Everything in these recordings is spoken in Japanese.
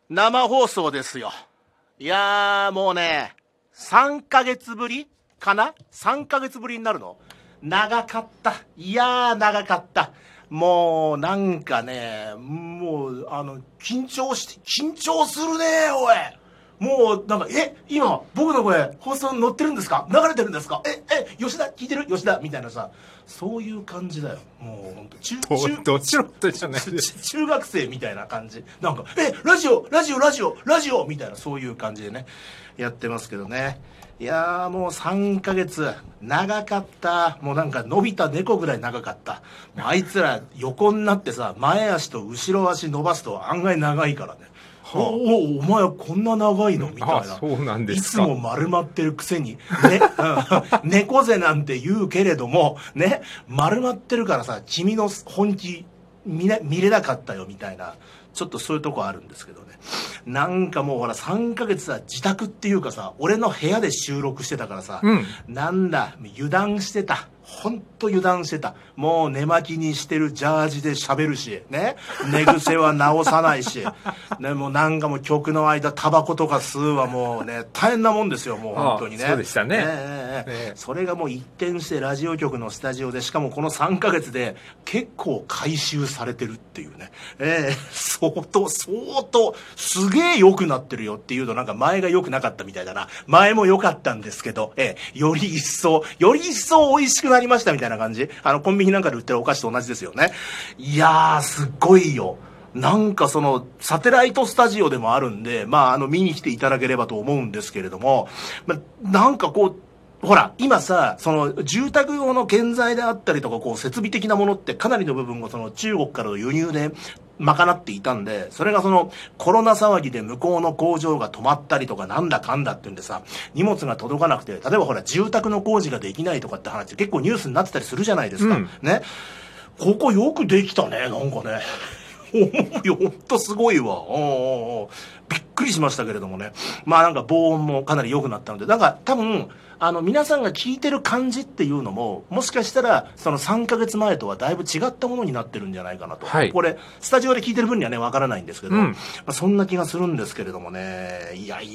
生放送ですよ。いやーもうね、3ヶ月ぶりかな ?3 ヶ月ぶりになるの？長かった。いやー長かった。もうなんかね、もう緊張するねおい。もうなんか今僕の声放送に載ってるんですか？流れてるんですか？吉田聞いてる？吉田みたいなさ、そういう感じだよ。もう本当どちろとじゃない中学生みたいな感じ。なんかラジオみたいな、そういう感じでねやってますけどね。いやーもう3ヶ月長かった。もうなんか伸びた猫ぐらい長かった。もうあいつら横になってさ、前足と後ろ足伸ばすと案外長いからね。お前こんな長いのみたいな。 そうなんですか。 いつも丸まってるくせにね、猫背なんて言うけれどもね、丸まってるからさ、君の本気見れなかったよみたいな、ちょっとそういうとこあるんですけどね。なんかもうほら3ヶ月さ、自宅っていうかさ、俺の部屋で収録してたからさ、なんだ油断してた。ほんと油断してた。もう寝巻きにしてるジャージで喋るしね、寝癖は直さないしね、もうなんかもう曲の間タバコとか吸うはもうね、大変なもんですよ、もう本当にね。 そうでしたね。 それがもう一転してラジオ局のスタジオで、しかもこの3ヶ月で結構回収されてるっていうね、相当すげえ良くなってるよっていうと、なんか前が良くなかったみたいだな。前も良かったんですけど、より一層美味しくなりましたみたいな感じ。コンビニなんかで売ってるお菓子と同じですよね。いやーすっごいよ。なんかそのサテライトスタジオでもあるんで、見に来ていただければと思うんですけれども、なんかこうほら今さ、その住宅用の建材であったりとか、こう設備的なものってかなりの部分をその中国からの輸入で賄っていたんで、それがそのコロナ騒ぎで向こうの工場が止まったりとかなんだかんだってんでさ、荷物が届かなくて、例えばほら住宅の工事ができないとかって話って結構ニュースになってたりするじゃないですか、ね。ここよくできたね、なんかね。思うよ、ほんとすごいわ。びっくりしましたけれどもね。なんか防音もかなり良くなったので、なんか多分皆さんが聞いてる感じっていうのも、もしかしたらその3ヶ月前とはだいぶ違ったものになってるんじゃないかなと、これスタジオで聞いてる分にはねわからないんですけど、そんな気がするんですけれどもね。いや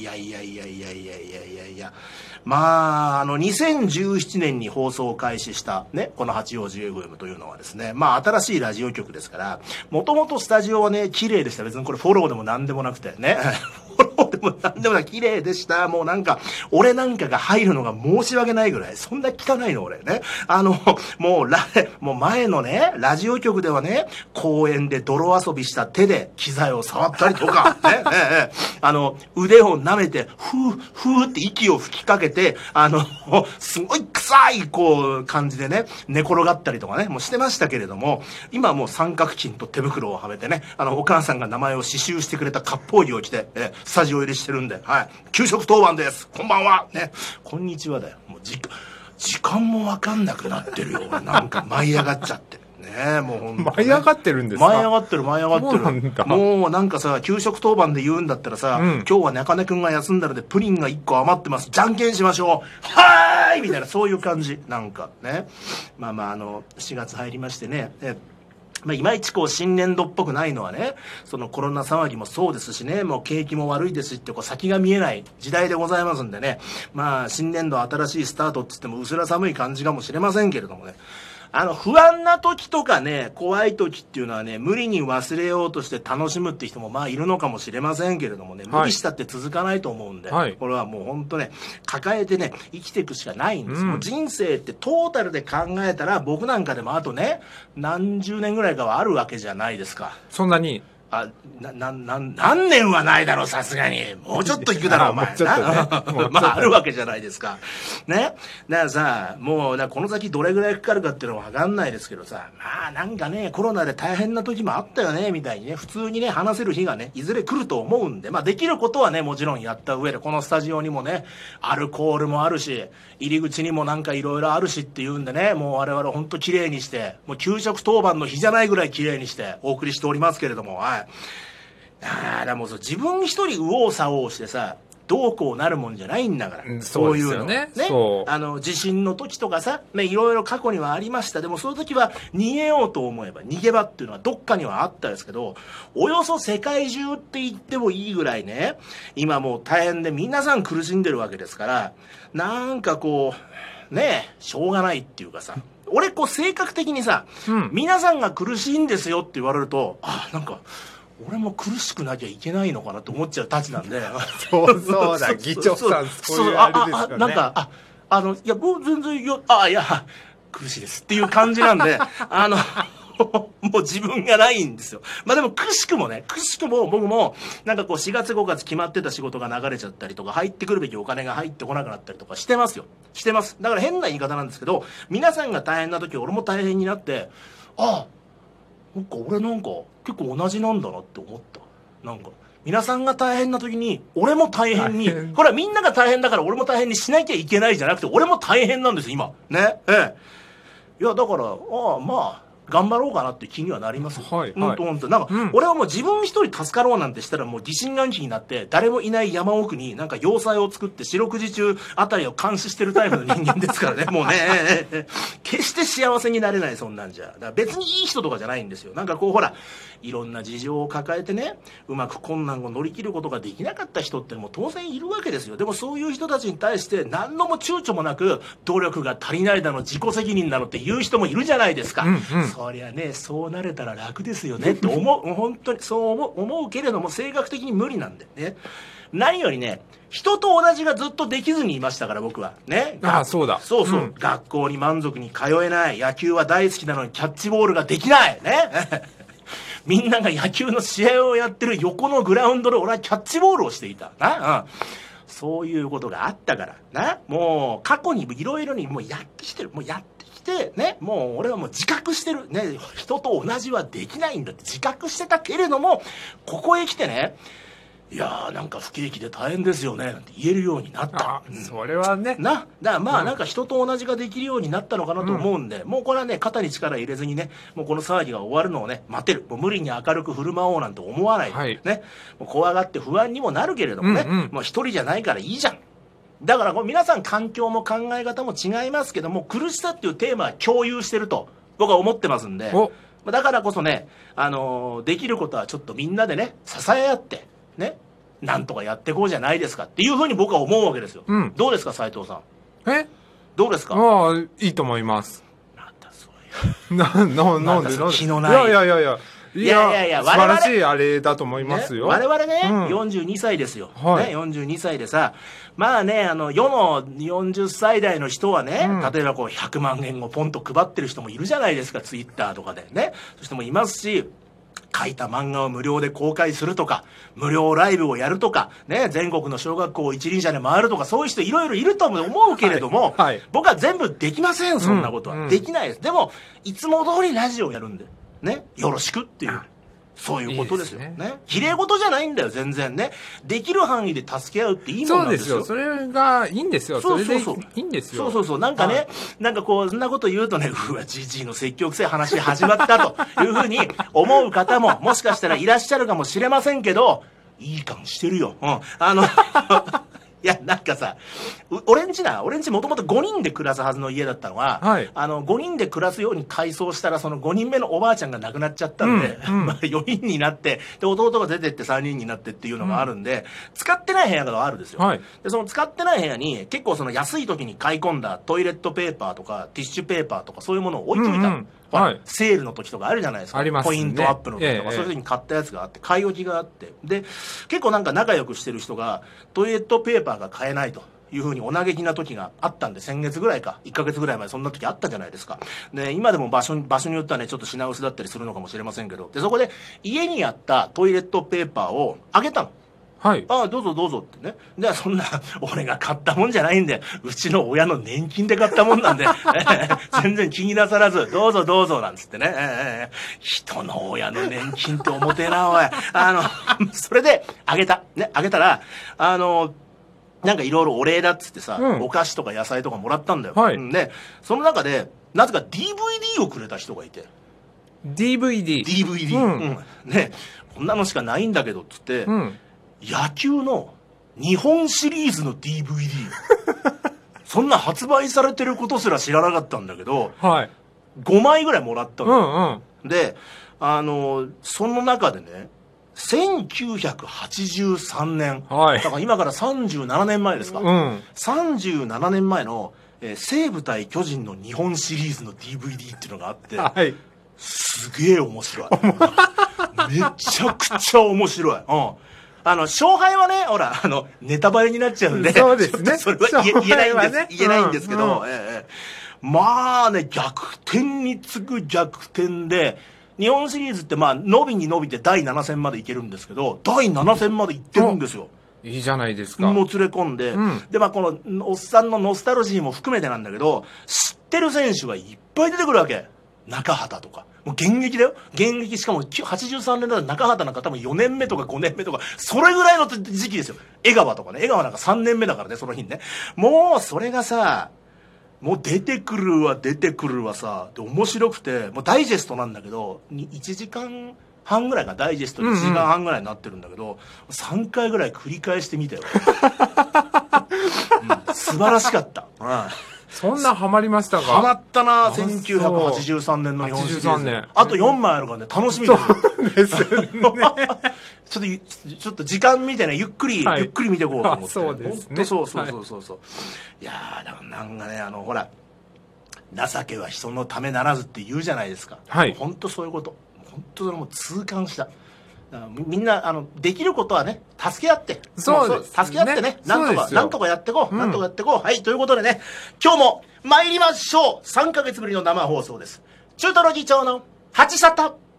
2017年に放送を開始したね、この八王子 FM というのはですね、新しいラジオ局ですから、もともとスタジオはね綺麗でした。別にこれフォローでも何でもなくてねフォローでも何でもない、綺麗でした。もうなんか俺なんかが入るのが申し訳ないぐらい、そんな汚いの俺ね。もう前のねラジオ局ではね、公園で泥遊びした手で機材を触ったりとかね、腕を舐めてふーって息を吹きかけて、すごい臭いこう感じでね寝転がったりとかね、もうしてましたけれども、今はもう三角巾と手袋をはめてね、お母さんが名前を刺繍してくれた割烹着を着て、スタジオ入りしてるんで、給食当番です、こんばんはね、こんにちはだよ。もう時間も分かんなくなってるよ俺、なんか舞い上がっちゃってね。もうほんとね、 舞い上がってるんですか？ 舞い上がってる。もうなんかさ、給食当番で言うんだったらさ、今日は中根くんが休んだのでプリンが1個余ってます、じゃんけんしましょう、はーいみたいな、そういう感じ。なんかね、4月入りましてね、いまいちこう新年度っぽくないのはね、そのコロナ騒ぎもそうですしね、もう景気も悪いですしって、こう先が見えない時代でございますんでね、新年度新しいスタートっつっても薄ら寒い感じかもしれませんけれどもね、不安な時とかね、怖い時っていうのはね、無理に忘れようとして楽しむって人もいるのかもしれませんけれどもね、無理したって続かないと思うんで、これはもう本当ね、抱えてね生きていくしかないんです。もう人生ってトータルで考えたら、僕なんかでもあとね何十年ぐらいかはあるわけじゃないですか。 そんなに何年はないだろう、さすがに。もうちょっと行くだろう、お前。あるわけじゃないですか。ね。だからさ、もう、この先どれぐらいかかるかっていうのはわかんないですけどさ、なんかね、コロナで大変な時もあったよね、みたいにね、普通にね、話せる日がね、いずれ来ると思うんで、できることはね、もちろんやった上で、このスタジオにもね、アルコールもあるし、入り口にもなんかいろいろあるしっていうんでね、もう我々ほんと綺麗にして、もう給食当番の日じゃないぐらい綺麗にしてお送りしておりますけれども、だからもう自分一人右往左往してさ、 どうこうなるもんじゃないんだから、 そうですよね。 そう。地震の時とかさ、ね、いろいろ過去にはありました。でもその時は逃げようと思えば逃げ場っていうのはどっかにはあったんですけど、およそ世界中って言ってもいいぐらいね、今もう大変で皆さん苦しんでるわけですから、なんかこう、ねえ、しょうがないっていうかさ、俺こう性格的にさ、皆さんが苦しいんですよって言われると、なんか俺も苦しくなきゃいけないのかなって思っちゃうたちなんでそうだ、議長さん、そういうあれですよね。 なんかいやもう全然いや苦しいですっていう感じなんでもう自分がないんですよ。まあでもくしくも僕もなんかこう4月5月決まってた仕事が流れちゃったりとか、入ってくるべきお金が入ってこなくなったりとかしてますよ。してます。だから変な言い方なんですけど、皆さんが大変な時俺も大変になって、なんか俺なんか結構同じなんだなって思った。なんか皆さんが大変な時に俺も大変に、これはみんなが大変だから俺も大変にしなきゃいけないじゃなくて、俺も大変なんです今ね。いやだからまあ頑張ろうかなって気にはなります。本当なんか、俺はもう自分一人助かろうなんてしたらもう疑心暗鬼になって誰もいない山奥になんか要塞を作って四六時中あたりを監視してるタイプの人間ですからね。もうね決して幸せになれない、そんなんじゃ。だから別にいい人とかじゃないんですよ。なんかこうほらいろんな事情を抱えてね、うまく困難を乗り切ることができなかった人ってもう当然いるわけですよ。でもそういう人たちに対して何のも躊躇もなく努力が足りないだの自己責任なのって言う人もいるじゃないですか。そりゃね、そうなれたら楽ですよねって思う本当にそう思うけれども、性格的に無理なんだよね。何よりね、人と同じがずっとできずにいましたから僕はね。 そうだ。 そう、学校に満足に通えない、野球は大好きなのにキャッチボールができないねみんなが野球の試合をやってる横のグラウンドで俺はキャッチボールをしていたな。そういうことがあったからな。もう過去にいろいろにもうやってきてる、ね、もう俺はもう自覚してるね。人と同じはできないんだって自覚してたけれども、ここへ来てね、いやーなんか不景気で大変ですよねなんて言えるようになった。 それはね。 だからまあなんか人と同じができるようになったのかなと思うんで、もうこれはね肩に力入れずにね、もうこの騒ぎが終わるのをね待てる。もう無理に明るく振る舞おうなんて思わないで、ね。もう怖がって不安にもなるけれどもね、もう一人じゃないからいいじゃん。だからこう皆さん環境も考え方も違いますけども、苦しさっていうテーマは共有してると僕は思ってますんで、だからこそね、できることはちょっとみんなでね支え合ってね、なんとかやっていこうじゃないですかっていうふうに僕は思うわけですよ。どうですか斉藤さん。どうですか。 いいと思います。 なんだそういうなんで気のない。 いや、素晴らしいあれだと思いますよ。 我々ね、42歳ですよ。ね、42歳でさ、まあね、世の40歳代の人はね、例えばこう100万円をポンと配ってる人もいるじゃないですか、ツイッターとかでね。そういう人もいますし、書いた漫画を無料で公開するとか、無料ライブをやるとか、ね、全国の小学校を一輪車で回るとか、そういう人いろいろいると思うけれども、僕は全部できません、そんなことは。できないです。でも、いつも通りラジオをやるんで。ね、よろしくっていう、そういうことですよね。綺麗事じゃないんだよ、全然ね。できる範囲で助け合うっていいもんなんですよ。 そうですよ。それがいいんですよ。それでいいんですよ。 そう。なんかね、なんかこう、そんなこと言うとね、うわ、じじいの積極性話始まったというふうに思う方も、もしかしたらいらっしゃるかもしれませんけど、いい感じしてるよ。いや、なんかさ、俺んちもともと5人で暮らすはずの家だったのは、5人で暮らすように改装したら、その5人目のおばあちゃんが亡くなっちゃったんで、まあ4人になって、で、弟が出てって3人になってっていうのがあるんで、使ってない部屋があるんですよ。で、その使ってない部屋に、結構その安い時に買い込んだトイレットペーパーとか、ティッシュペーパーとか、そういうものを置いといたの。セールの時とかあるじゃないですか。ポイントアップの時とか、そういう時に買ったやつがあって、買い置きがあって。で、結構なんか仲良くしてる人が、トイレットペーパーが買えないというふうにお嘆きな時があったんで、先月ぐらいか、1ヶ月ぐらい前そんな時あったじゃないですか。で、今でも場所によってはね、ちょっと品薄だったりするのかもしれませんけど、で、そこで家にあったトイレットペーパーをあげたの。どうぞどうぞってね。じゃあそんな、俺が買ったもんじゃないんで、うちの親の年金で買ったもんなんで、全然気になさらず、どうぞどうぞなんつってね。人の親の年金って重てえな、おい。それで、あげた。ね、あげたら、なんかいろいろお礼だっつってさ、お菓子とか野菜とかもらったんだよ。で、その中で、なぜか DVD をくれた人がいて。 DVD。 ね、こんなのしかないんだけど、つって、野球の日本シリーズの DVD そんな発売されてることすら知らなかったんだけど、 はい。 5枚ぐらいもらったの。 うんうん。 で、その中でね、1983年。 はい。 だから今から37年前ですか。 うん。 37年前の、西武対巨人の日本シリーズの DVD っていうのがあって、 はい。 すげえ面白い。めちゃくちゃ面白い。うん。勝敗はね、ほら、ネタバレになっちゃうんで、 そうですね。 それは言えないんです、 ね、 言えないんですけど、 うん、 まあね、逆転に次ぐ逆転で、日本シリーズってまあ、伸びに伸びて第7戦までいけるんですけど、第7戦まで行ってるんですよ。 いいじゃないですか。 もつれ込んで、 うん、 で、まあ、この、おっさんのノスタルジーも含めてなんだけど、知ってる選手がいっぱい出てくるわけ。中畑とか。もう現役だよ。現役、しかも83年だと中畑なんか多分4年目とか5年目とか、それぐらいの時期ですよ。江川とかね。江川なんか3年目だからね、その日にね。もう、それがさ、もう出てくるわさ、で、面白くて、もうダイジェストなんだけど、1時間半ぐらいがダイジェストで1時間半ぐらいになってるんだけど、3回ぐらい繰り返してみたよ。うん、素晴らしかった。うん、 そんなハマりましたか？ ハマったな、1983年の日本シリーズ。83年。あと4枚あるからね、楽しみです。 そうですよね。 ちょっと時間見てね、ゆっくり見ていこうと思って。 そうですね。 そう。いやー、だからなんかね、ほら、情けは人のためならずって言うじゃないですか。 はい。 本当そういうこと。本当それも痛感した。みんな、できることはね、助け合って。 そうです。 助け合ってね。なんとかやってこう。なんとかやってこう。はい、ということでね、今日も参りましょう。3ヶ月ぶりの生放送です。中トロ議長の8シャッター。